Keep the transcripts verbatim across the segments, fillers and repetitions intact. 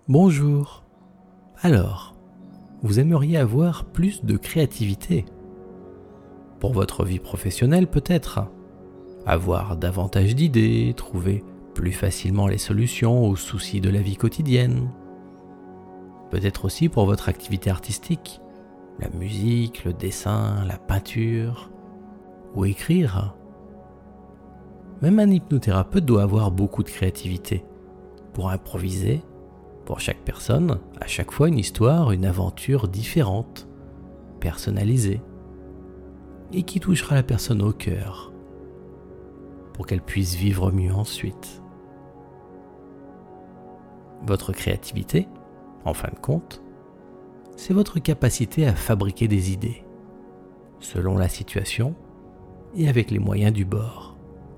Bonjour. Alors, vous aimeriez avoir plus de créativité? Pour votre vie professionnelle peut-être? Avoir davantage d'idées, trouver plus facilement les solutions aux soucis de la vie quotidienne? Peut-être aussi pour votre activité artistique, la musique, le dessin, la peinture, ou écrire. Même un hypnothérapeute doit avoir beaucoup de créativité pour improviser, pour chaque personne, à chaque fois une histoire, une aventure différente, personnalisée, et qui touchera la personne au cœur, pour qu'elle puisse vivre mieux ensuite. Votre créativité, en fin de compte, c'est votre capacité à fabriquer des idées, selon la situation et avec les moyens du bord.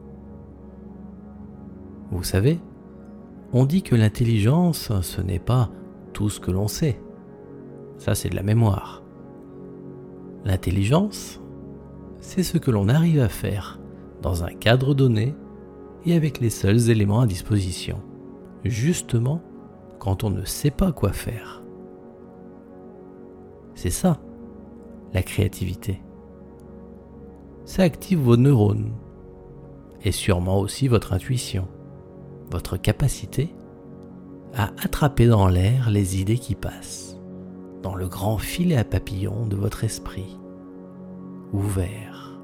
Vous savez, on dit que l'intelligence, ce n'est pas tout ce que l'on sait. Ça, c'est de la mémoire. L'intelligence, c'est ce que l'on arrive à faire dans un cadre donné et avec les seuls éléments à disposition, justement quand on ne sait pas quoi faire. C'est ça, la créativité. Ça active vos neurones et sûrement aussi votre intuition, votre capacité à attraper dans l'air les idées qui passent, dans le grand filet à papillons de votre esprit, ouvert.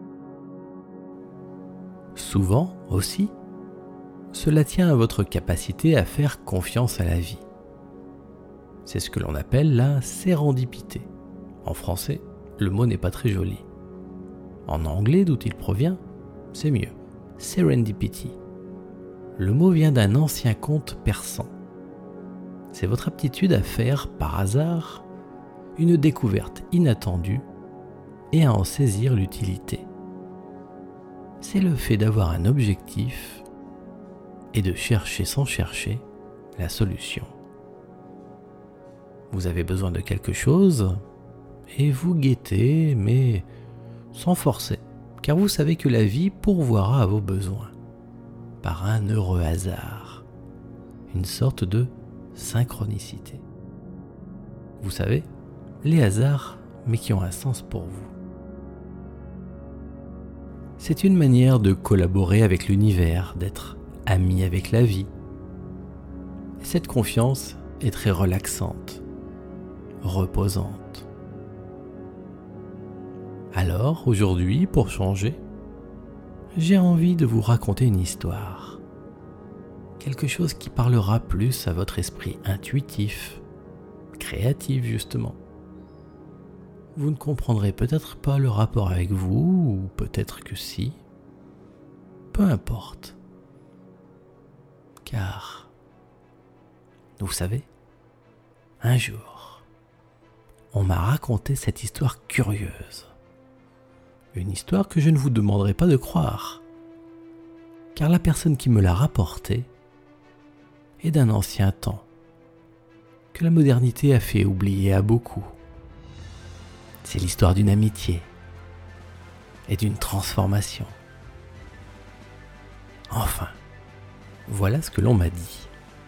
Souvent aussi, cela tient à votre capacité à faire confiance à la vie. C'est ce que l'on appelle la sérendipité. En français, le mot n'est pas très joli. En anglais, d'où il provient, c'est mieux. Serendipity. Le mot vient d'un ancien conte persan. C'est votre aptitude à faire, par hasard, une découverte inattendue et à en saisir l'utilité. C'est le fait d'avoir un objectif et de chercher sans chercher la solution. Vous avez besoin de quelque chose et vous guettez, mais sans forcer, car vous savez que la vie pourvoira à vos besoins par un heureux hasard, une sorte de synchronicité. Vous savez, les hasards, mais qui ont un sens pour vous. C'est une manière de collaborer avec l'univers, d'être ami avec la vie. Et cette confiance est très relaxante, reposante. Alors, aujourd'hui, pour changer, j'ai envie de vous raconter une histoire. Quelque chose qui parlera plus à votre esprit intuitif, créatif justement. Vous ne comprendrez peut-être pas le rapport avec vous, ou peut-être que si. Peu importe. Car, vous savez, un jour, on m'a raconté cette histoire curieuse. Une histoire que je ne vous demanderai pas de croire, car la personne qui me l'a rapportée est d'un ancien temps, que la modernité a fait oublier à beaucoup. C'est l'histoire d'une amitié et d'une transformation. Enfin, voilà ce que l'on m'a dit.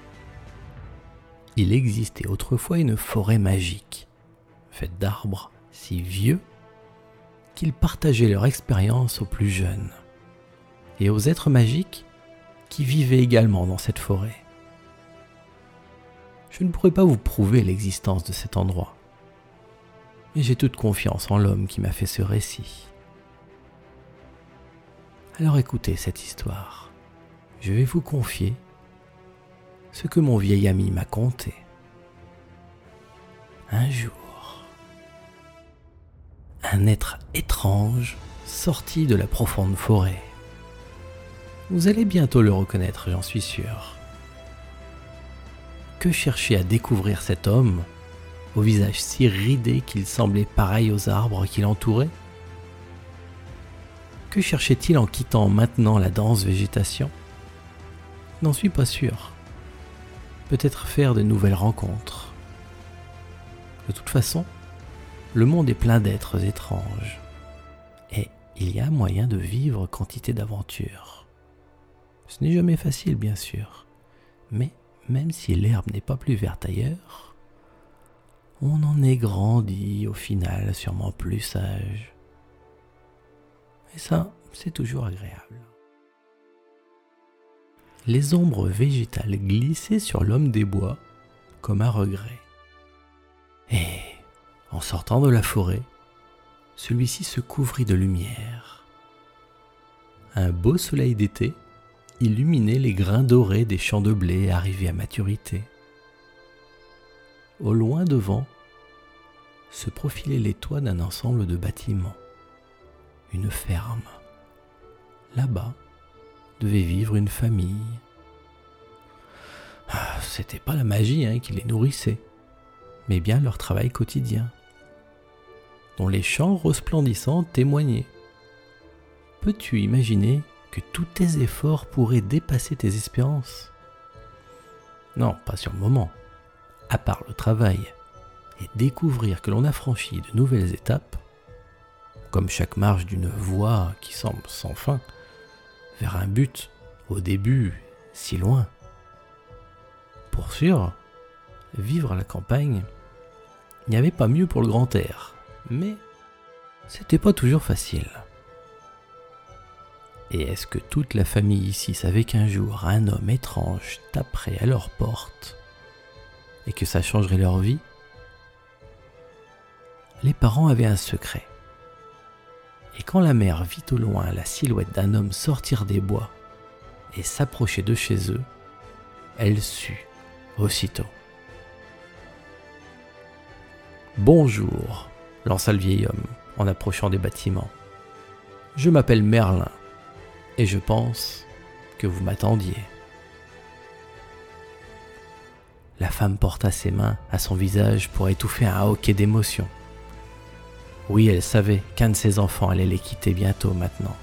Il existait autrefois une forêt magique, faite d'arbres si vieux qu'ils partageaient leur expérience aux plus jeunes et aux êtres magiques qui vivaient également dans cette forêt. Je ne pourrais pas vous prouver l'existence de cet endroit, mais j'ai toute confiance en l'homme qui m'a fait ce récit. Alors écoutez cette histoire. Je vais vous confier ce que mon vieil ami m'a conté. Un jour, un être étrange sortit de la profonde forêt. Vous allez bientôt le reconnaître, j'en suis sûr. Que cherchait à découvrir cet homme, au visage si ridé qu'il semblait pareil aux arbres qui l'entouraient? Que cherchait-il en quittant maintenant la dense végétation? N'en suis pas sûr. Peut-être faire de nouvelles rencontres. De toute façon, le monde est plein d'êtres étranges. Et il y a moyen de vivre quantité d'aventures. Ce n'est jamais facile, bien sûr. Mais même si l'herbe n'est pas plus verte ailleurs, on en est grandi au final, sûrement plus sage. Et ça, c'est toujours agréable. Les ombres végétales glissaient sur l'homme des bois comme un regret. Et, en sortant de la forêt, celui-ci se couvrit de lumière. Un beau soleil d'été illuminait les grains dorés des champs de blé arrivés à maturité. Au loin devant, se profilaient les toits d'un ensemble de bâtiments. Une ferme. Là-bas, devait vivre une famille. Ah, c'était pas la magie hein, qui les nourrissait, mais bien leur travail quotidien, dont les champs resplendissants témoignaient. Peux-tu imaginer que tous tes efforts pourraient dépasser tes espérances? Non, pas sur le moment. À part le travail et découvrir que l'on a franchi de nouvelles étapes, comme chaque marche d'une voie qui semble sans fin, vers un but, au début, si loin. Pour sûr, vivre à la campagne, il n'y avait pas mieux pour le grand air, mais c'était pas toujours facile. Et est-ce que toute la famille ici savait qu'un jour un homme étrange taperait à leur porte et que ça changerait leur vie? Les parents avaient un secret. Et quand la mère vit au loin la silhouette d'un homme sortir des bois et s'approcher de chez eux, elle sut aussitôt. « Bonjour » lança le vieil homme en approchant des bâtiments. « Je m'appelle Merlin et je pense que vous m'attendiez. » La femme porta ses mains à son visage pour étouffer un hoquet d'émotion. Oui, elle savait qu'un de ses enfants allait les quitter bientôt maintenant.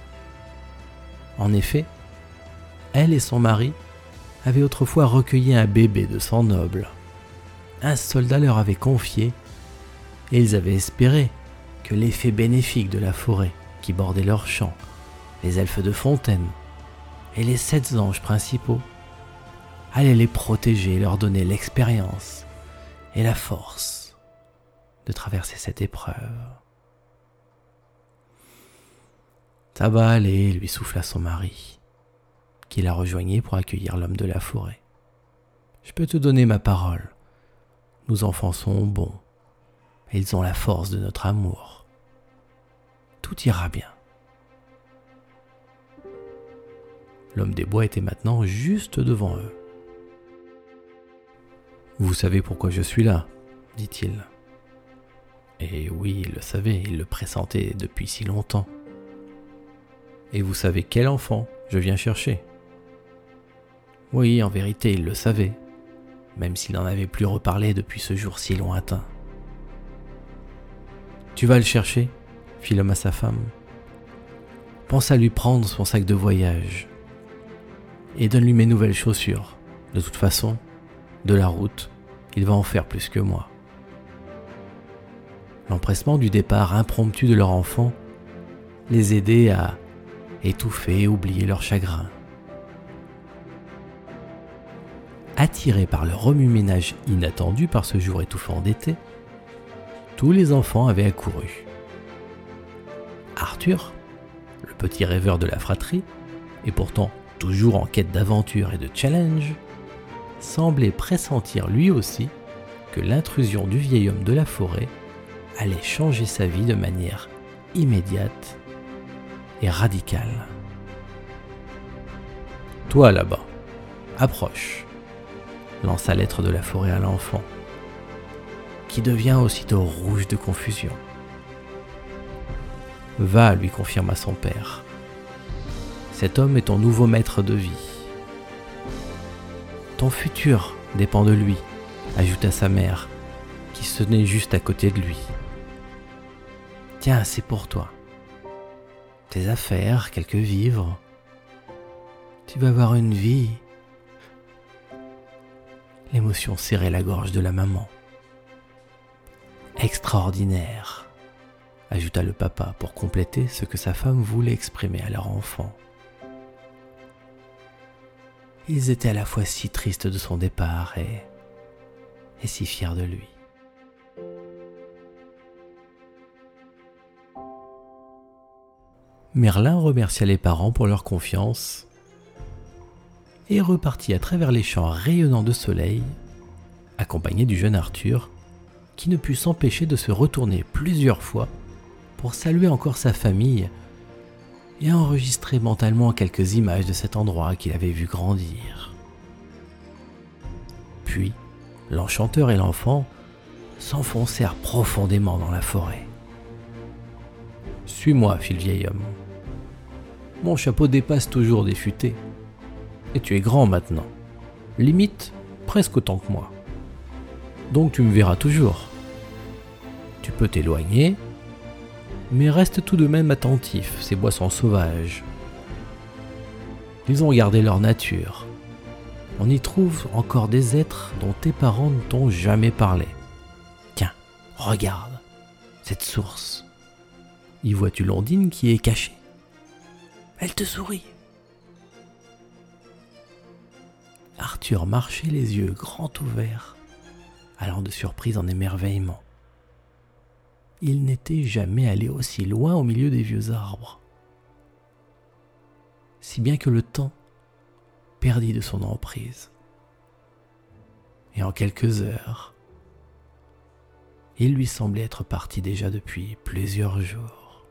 En effet, elle et son mari avaient autrefois recueilli un bébé de sang noble. Un soldat leur avait confié, et ils avaient espéré que l'effet bénéfique de la forêt qui bordait leurs champs, les elfes de fontaine et les sept anges principaux allait les protéger et leur donner l'expérience et la force de traverser cette épreuve. « Ça va aller », lui souffla son mari, qui la rejoignait pour accueillir l'homme de la forêt. « Je peux te donner ma parole. Nos enfants sont bons, et ils ont la force de notre amour. Tout ira bien. » L'homme des bois était maintenant juste devant eux. « Vous savez pourquoi je suis là ?» dit-il. Et oui, il le savait, il le pressentait depuis si longtemps. Et vous savez quel enfant je viens chercher? Oui, en vérité, il le savait, même s'il n'en avait plus reparlé depuis ce jour si lointain. Tu vas le chercher, fit l'homme à sa femme. Pense à lui prendre son sac de voyage et donne-lui mes nouvelles chaussures. De toute façon, de la route, il va en faire plus que moi. L'empressement du départ impromptu de leur enfant les aidait à étouffer et oublier leur chagrin. Attirés par le remue-ménage inattendu par ce jour étouffant d'été, tous les enfants avaient accouru. Arthur, le petit rêveur de la fratrie, et pourtant toujours en quête d'aventure et de challenge, semblait pressentir lui aussi que l'intrusion du vieil homme de la forêt allait changer sa vie de manière immédiate et radicale. « Toi là-bas, approche », lança l'être de la forêt à l'enfant, qui devient aussitôt rouge de confusion. « Va », lui confirma son père. « Cet homme est ton nouveau maître de vie. »« Ton futur dépend de lui », ajouta sa mère, qui se tenait juste à côté de lui. « Tiens, c'est pour toi. Tes affaires, quelques vivres. Tu vas avoir une vie. » L'émotion serrait la gorge de la maman. « Extraordinaire », ajouta le papa pour compléter ce que sa femme voulait exprimer à leur enfant. Ils étaient à la fois si tristes de son départ et, et si fiers de lui. Merlin remercia les parents pour leur confiance et repartit à travers les champs rayonnants de soleil, accompagné du jeune Arthur, qui ne put s'empêcher de se retourner plusieurs fois pour saluer encore sa famille et enregistrer mentalement quelques images de cet endroit qu'il avait vu grandir. Puis, l'enchanteur et l'enfant s'enfoncèrent profondément dans la forêt. « Suis-moi, fit le vieil homme. Mon chapeau dépasse toujours des futaies. Et tu es grand maintenant, limite presque autant que moi. Donc tu me verras toujours. Tu peux t'éloigner, mais reste tout de même attentif, ces bois sont sauvages. Ils ont gardé leur nature. On y trouve encore des êtres dont tes parents ne t'ont jamais parlé. Tiens, regarde, cette source. Y vois-tu l'ondine qui est cachée? Elle te sourit. » Arthur marchait les yeux grands ouverts, allant de surprise en émerveillement. Il n'était jamais allé aussi loin au milieu des vieux arbres. Si bien que le temps perdit de son emprise. Et en quelques heures, il lui semblait être parti déjà depuis plusieurs jours.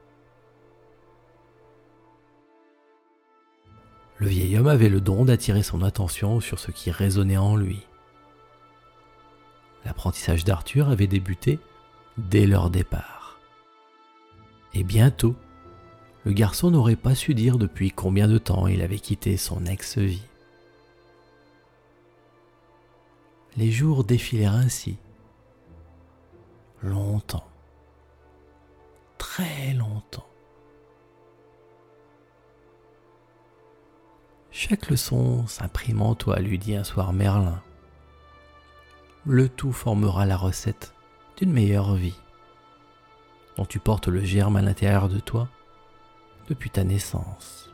Le vieil homme avait le don d'attirer son attention sur ce qui résonnait en lui. L'apprentissage d'Arthur avait débuté dès leur départ. Et bientôt, le garçon n'aurait pas su dire depuis combien de temps il avait quitté son ex-vie. Les jours défilèrent ainsi. Longtemps. Très longtemps. Chaque leçon s'imprime en toi, lui dit un soir Merlin. Le tout formera la recette d'une meilleure vie, dont tu portes le germe à l'intérieur de toi depuis ta naissance.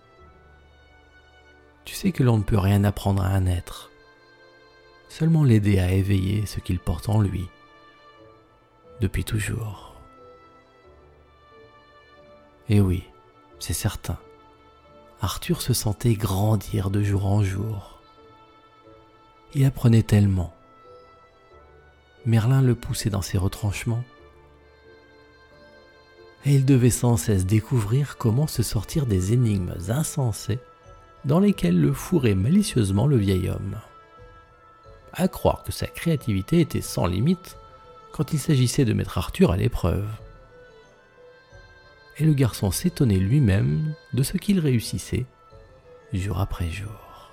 Tu sais que l'on ne peut rien apprendre à un être, seulement l'aider à éveiller ce qu'il porte en lui, depuis toujours. Et oui, c'est certain, Arthur se sentait grandir de jour en jour. Il apprenait tellement. Merlin le poussait dans ses retranchements. Et il devait sans cesse découvrir comment se sortir des énigmes insensées dans lesquelles le fourrait malicieusement le vieil homme. À croire que sa créativité était sans limite quand il s'agissait de mettre Arthur à l'épreuve. Et le garçon s'étonnait lui-même de ce qu'il réussissait jour après jour.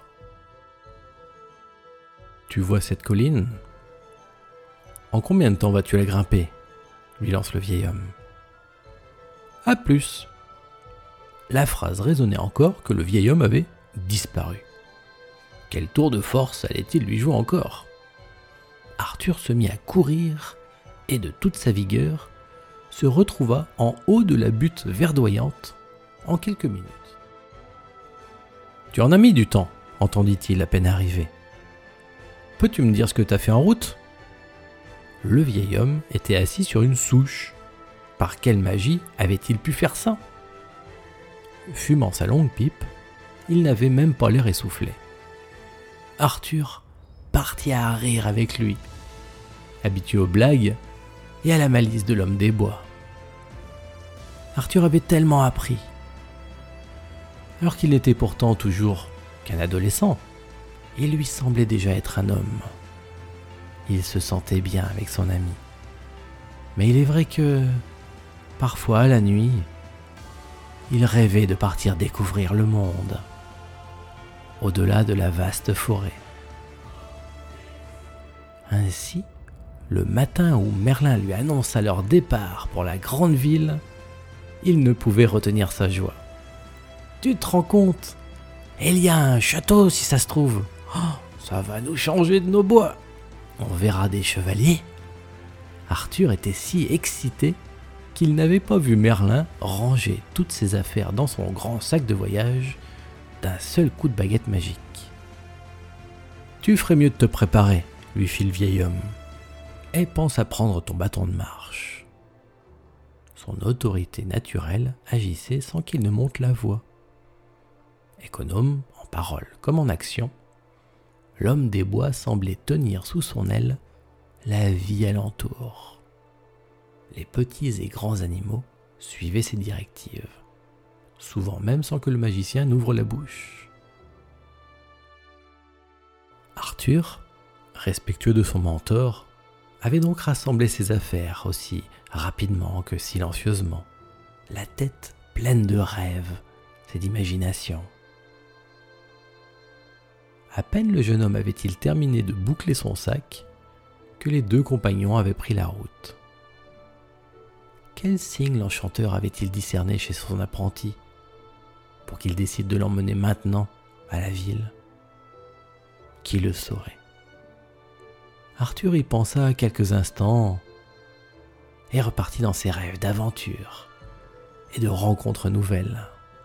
« Tu vois cette colline ? En combien de temps vas-tu la grimper ? » lui lance le vieil homme. « À plus !» La phrase résonnait encore que le vieil homme avait disparu. Quel tour de force allait-il lui jouer encore ? Arthur se mit à courir et de toute sa vigueur se retrouva en haut de la butte verdoyante en quelques minutes. « Tu en as mis du temps, entendit-il à peine arrivé. Peux-tu me dire ce que t'as fait en route ?» Le vieil homme était assis sur une souche. Par quelle magie avait-il pu faire ça ? Fumant sa longue pipe, il n'avait même pas l'air essoufflé. Arthur partit à rire avec lui, habitué aux blagues et à la malice de l'homme des bois. Arthur avait tellement appris. Alors qu'il n'était pourtant toujours qu'un adolescent, il lui semblait déjà être un homme. Il se sentait bien avec son ami. Mais il est vrai que, parfois, la nuit, il rêvait de partir découvrir le monde, au-delà de la vaste forêt. Ainsi, le matin où Merlin lui annonça leur départ pour la grande ville, il ne pouvait retenir sa joie. « Tu te rends compte ? Il y a un château si ça se trouve. Oh, ça va nous changer de nos bois. On verra des chevaliers. » Arthur était si excité qu'il n'avait pas vu Merlin ranger toutes ses affaires dans son grand sac de voyage d'un seul coup de baguette magique. Tu ferais mieux de te préparer, lui fit le vieil homme, et pense à prendre ton bâton de marche. Son autorité naturelle agissait sans qu'il ne monte la voix. Économe, en parole comme en action, l'homme des bois semblait tenir sous son aile la vie alentour. Les petits et grands animaux suivaient ses directives, souvent même sans que le magicien n'ouvre la bouche. Arthur, respectueux de son mentor, avait donc rassemblé ses affaires aussi rapidement que silencieusement, la tête pleine de rêves et d'imagination. À peine le jeune homme avait-il terminé de boucler son sac que les deux compagnons avaient pris la route. Quel signe l'enchanteur avait-il discerné chez son apprenti pour qu'il décide de l'emmener maintenant à la ville? Qui le saurait? Arthur y pensa quelques instants et repartit dans ses rêves d'aventure et de rencontres nouvelles.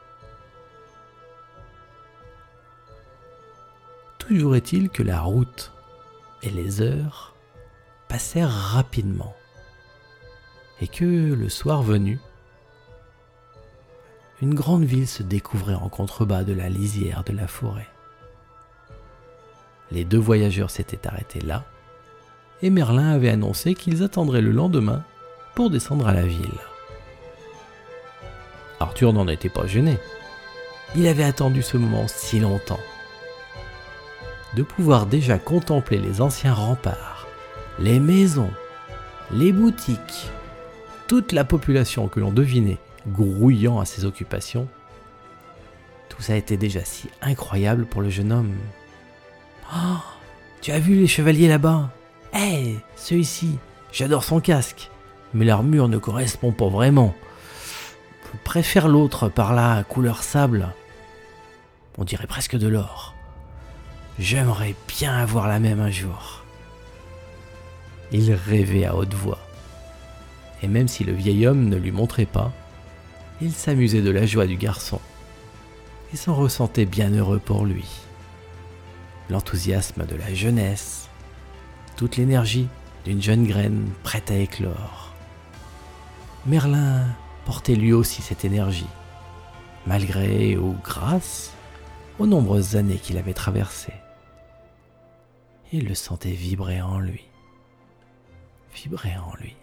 Toujours est-il que la route et les heures passèrent rapidement et que, le soir venu, une grande ville se découvrait en contrebas de la lisière de la forêt. Les deux voyageurs s'étaient arrêtés là, et Merlin avait annoncé qu'ils attendraient le lendemain pour descendre à la ville. Arthur n'en était pas gêné. Il avait attendu ce moment si longtemps. De pouvoir déjà contempler les anciens remparts, les maisons, les boutiques, toute la population que l'on devinait grouillant à ses occupations, tout ça était déjà si incroyable pour le jeune homme. « Oh, tu as vu les chevaliers là-bas ? Hé, hey, celui-ci, j'adore son casque, mais l'armure ne correspond pas vraiment. Je préfère l'autre par là, couleur sable. On dirait presque de l'or. J'aimerais bien avoir la même un jour. » Il rêvait à haute voix. Et même si le vieil homme ne lui montrait pas, il s'amusait de la joie du garçon et s'en ressentait bien heureux pour lui. L'enthousiasme de la jeunesse, toute l'énergie d'une jeune graine prête à éclore. Merlin portait lui aussi cette énergie, malgré ou grâce aux nombreuses années qu'il avait traversées. Il le sentait vibrer en lui, vibrer en lui.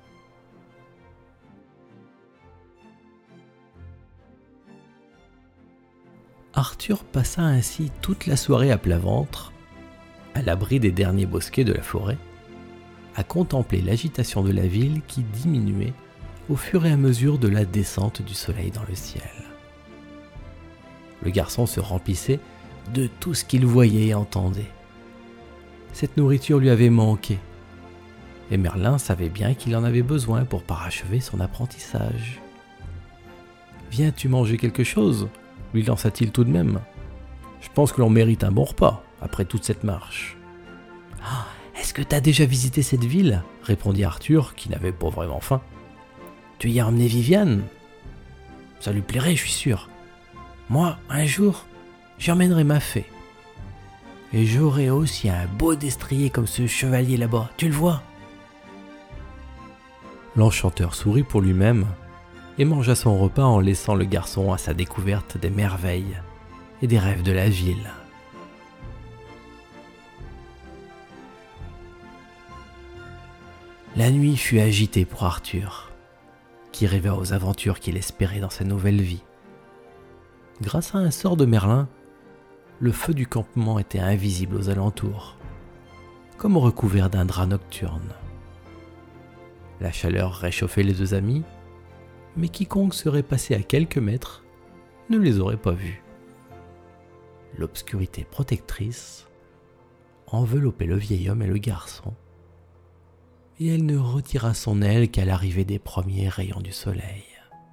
Arthur passa ainsi toute la soirée à plat ventre, à l'abri des derniers bosquets de la forêt, à contempler l'agitation de la ville qui diminuait au fur et à mesure de la descente du soleil dans le ciel. Le garçon se remplissait de tout ce qu'il voyait et entendait. Cette nourriture lui avait manqué, et Merlin savait bien qu'il en avait besoin pour parachever son apprentissage. « Viens-tu manger quelque chose ?» lui lança-t-il tout de même. « Je pense que l'on mérite un bon repas, après toute cette marche. »« Ah, est-ce que t'as déjà visité cette ville ?» répondit Arthur, qui n'avait pas vraiment faim. « Tu y as emmené Viviane ? Ça lui plairait, je suis sûr. Moi, un jour, j'y emmènerai ma fée. Et j'aurai aussi un beau destrier comme ce chevalier là-bas, tu le vois ?» L'enchanteur sourit pour lui-même et mangea son repas en laissant le garçon à sa découverte des merveilles et des rêves de la ville. La nuit fut agitée pour Arthur, qui rêvait aux aventures qu'il espérait dans sa nouvelle vie. Grâce à un sort de Merlin, le feu du campement était invisible aux alentours, comme recouvert d'un drap nocturne. La chaleur réchauffait les deux amis, mais quiconque serait passé à quelques mètres ne les aurait pas vus. L'obscurité protectrice enveloppait le vieil homme et le garçon, et elle ne retira son aile qu'à l'arrivée des premiers rayons du soleil.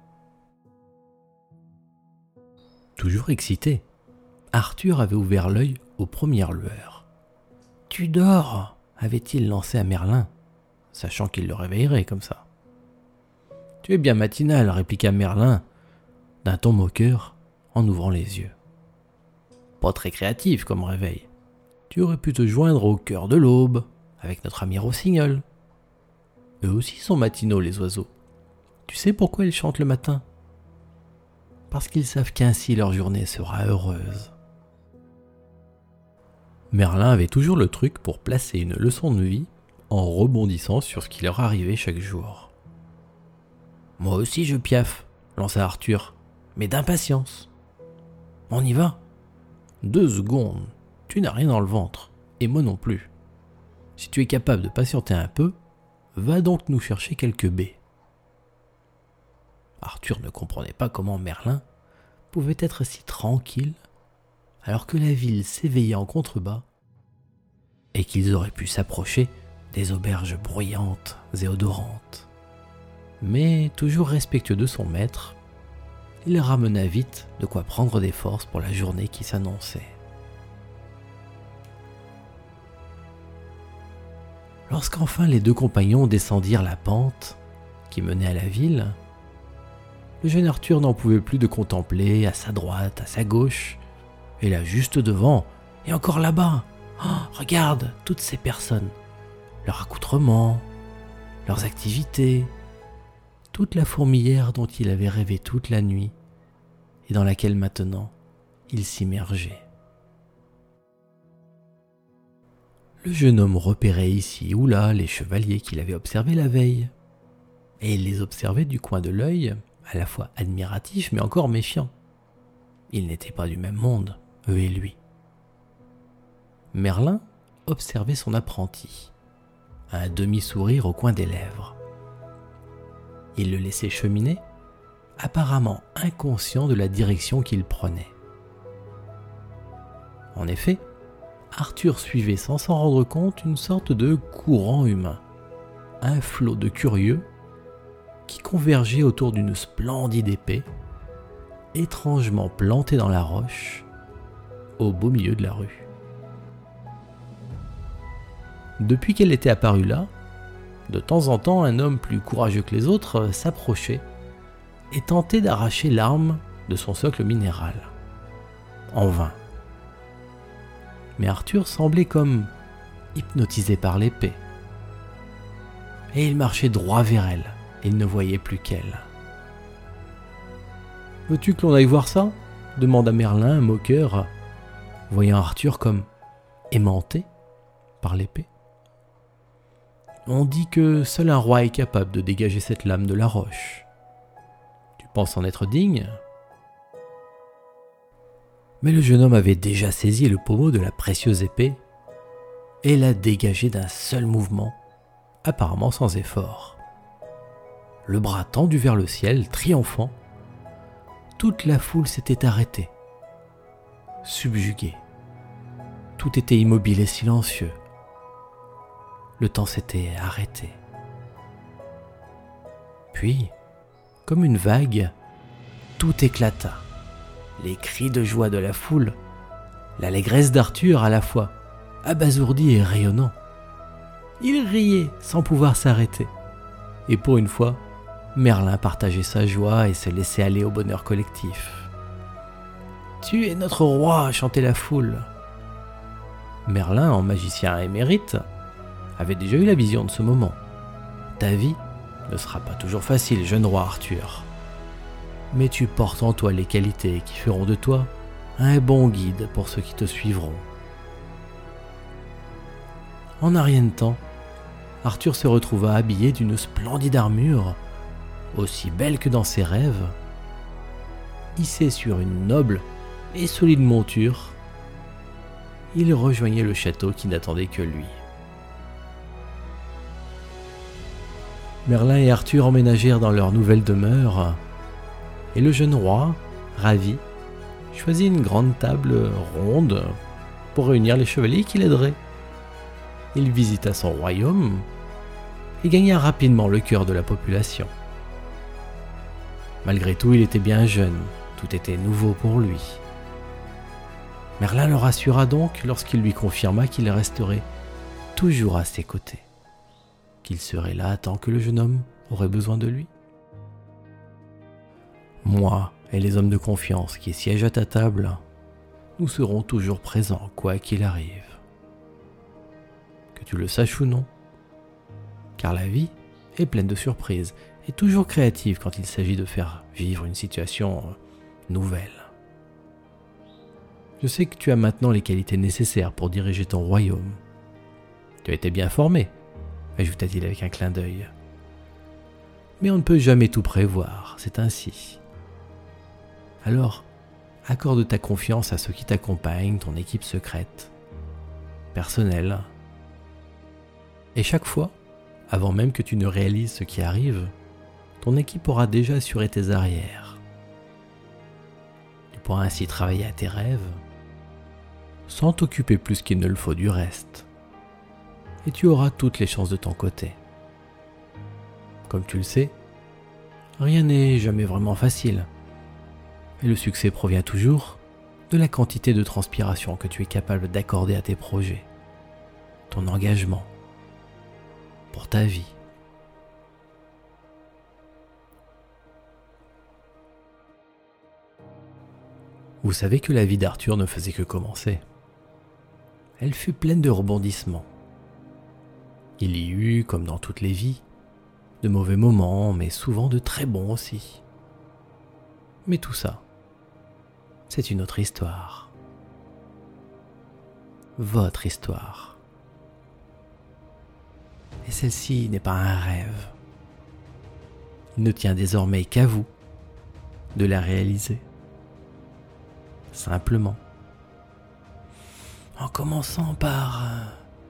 Toujours excité, Arthur avait ouvert l'œil aux premières lueurs. « Tu dors » avait-il lancé à Merlin, sachant qu'il le réveillerait comme ça. « Tu es bien matinal » répliqua Merlin, d'un ton moqueur, en ouvrant les yeux. « Pas très créatif comme réveil. Tu tu aurais pu te joindre au cœur de l'aube avec notre ami Rossignol. Eux aussi sont matinaux, les oiseaux. Tu sais pourquoi ils chantent le matin ? Parce qu'ils savent qu'ainsi leur journée sera heureuse. Merlin avait toujours le truc pour placer une leçon de vie en rebondissant sur ce qui leur arrivait chaque jour. « Moi aussi je piaffe », lança Arthur, mais d'impatience. « On y va ? Deux secondes, tu n'as rien dans le ventre, et moi non plus. Si tu es capable de patienter un peu, va donc nous chercher quelques baies. » Arthur ne comprenait pas comment Merlin pouvait être si tranquille alors que la ville s'éveillait en contrebas et qu'ils auraient pu s'approcher des auberges bruyantes et odorantes. Mais toujours respectueux de son maître, il ramena vite de quoi prendre des forces pour la journée qui s'annonçait. Lorsqu'enfin les deux compagnons descendirent la pente qui menait à la ville, le jeune Arthur n'en pouvait plus de contempler à sa droite, à sa gauche, et là juste devant, et encore là-bas. Oh, regarde toutes ces personnes, leurs accoutrements, leurs activités, toute la fourmilière dont il avait rêvé toute la nuit, et dans laquelle maintenant il s'immergeait. Le jeune homme repérait ici ou là les chevaliers qu'il avait observés la veille, et il les observait du coin de l'œil, à la fois admiratif mais encore méfiant. Ils n'étaient pas du même monde, eux et lui. Merlin observait son apprenti, un demi-sourire au coin des lèvres. Il le laissait cheminer, apparemment inconscient de la direction qu'il prenait. En effet, Arthur suivait sans s'en rendre compte une sorte de courant humain, un flot de curieux qui convergeait autour d'une splendide épée, étrangement plantée dans la roche, au beau milieu de la rue. Depuis qu'elle était apparue là, de temps en temps un homme plus courageux que les autres s'approchait et tentait d'arracher l'arme de son socle minéral. En vain. Mais Arthur semblait comme hypnotisé par l'épée. Et il marchait droit vers elle, et il ne voyait plus qu'elle. « Veux-tu que l'on aille voir ça ?» demanda Merlin, moqueur, voyant Arthur comme aimanté par l'épée. « On dit que seul un roi est capable de dégager cette lame de la roche. Tu penses en être digne ?» Mais le jeune homme avait déjà saisi le pommeau de la précieuse épée et l'a dégagé d'un seul mouvement, apparemment sans effort. Le bras tendu vers le ciel, triomphant, toute la foule s'était arrêtée, subjuguée. Tout était immobile et silencieux. Le temps s'était arrêté. Puis, comme une vague, tout éclata. Les cris de joie de la foule, l'allégresse d'Arthur à la fois, abasourdi et rayonnant. Il riait sans pouvoir s'arrêter. Et pour une fois, Merlin partageait sa joie et se laissait aller au bonheur collectif. « Tu es notre roi !» chantait la foule. Merlin, en magicien émérite, avait déjà eu la vision de ce moment. « Ta vie ne sera pas toujours facile, jeune roi Arthur. Mais tu portes en toi les qualités qui feront de toi un bon guide pour ceux qui te suivront. » En un rien de temps, Arthur se retrouva habillé d'une splendide armure, aussi belle que dans ses rêves, hissé sur une noble et solide monture. Il rejoignait le château qui n'attendait que lui. Merlin et Arthur emménagèrent dans leur nouvelle demeure, et le jeune roi, ravi, choisit une grande table ronde pour réunir les chevaliers qui l'aideraient. Il visita son royaume et gagna rapidement le cœur de la population. Malgré tout, il était bien jeune, tout était nouveau pour lui. Merlin le rassura donc lorsqu'il lui confirma qu'il resterait toujours à ses côtés, qu'il serait là tant que le jeune homme aurait besoin de lui. Moi et les hommes de confiance qui siègent à ta table, nous serons toujours présents quoi qu'il arrive. tu le saches ou non. Car la vie est pleine de surprises et toujours créative quand il s'agit de faire vivre une situation nouvelle. Je sais que tu as maintenant les qualités nécessaires pour diriger ton royaume. Tu as été bien formé, ajouta-t-il avec un clin d'œil. Mais on ne peut jamais tout prévoir, c'est ainsi. Alors, accorde ta confiance à ceux qui t'accompagnent, ton équipe secrète, personnelle. Et chaque fois, avant même que tu ne réalises ce qui arrive, ton équipe aura déjà assuré tes arrières. Tu pourras ainsi travailler à tes rêves, sans t'occuper plus qu'il ne le faut du reste. Et tu auras toutes les chances de ton côté. Comme tu le sais, rien n'est jamais vraiment facile. Et le succès provient toujours de la quantité de transpiration que tu es capable d'accorder à tes projets, ton engagement, pour ta vie. Vous savez que la vie d'Arthur ne faisait que commencer. Elle fut pleine de rebondissements. Il y eut, comme dans toutes les vies, de mauvais moments, mais souvent de très bons aussi. Mais tout ça, c'est une autre histoire. Votre histoire. Et celle-ci n'est pas un rêve. Il ne tient désormais qu'à vous de la réaliser. Simplement. En commençant par euh,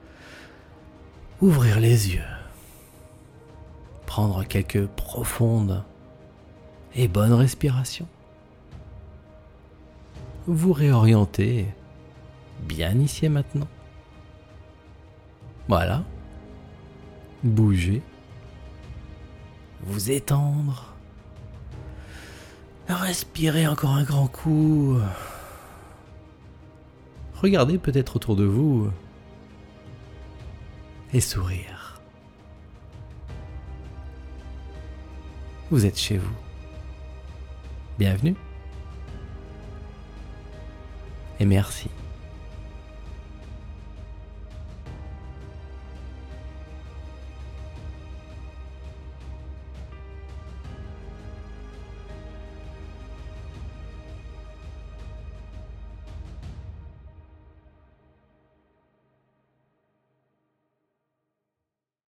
ouvrir les yeux. Prendre quelques profondes et bonnes respirations. Vous réorienter bien ici et maintenant. Voilà. Bouger. Vous étendre. Respirez encore un grand coup. Regardez peut-être autour de vous et sourire. Vous êtes chez vous. Bienvenue. Et merci.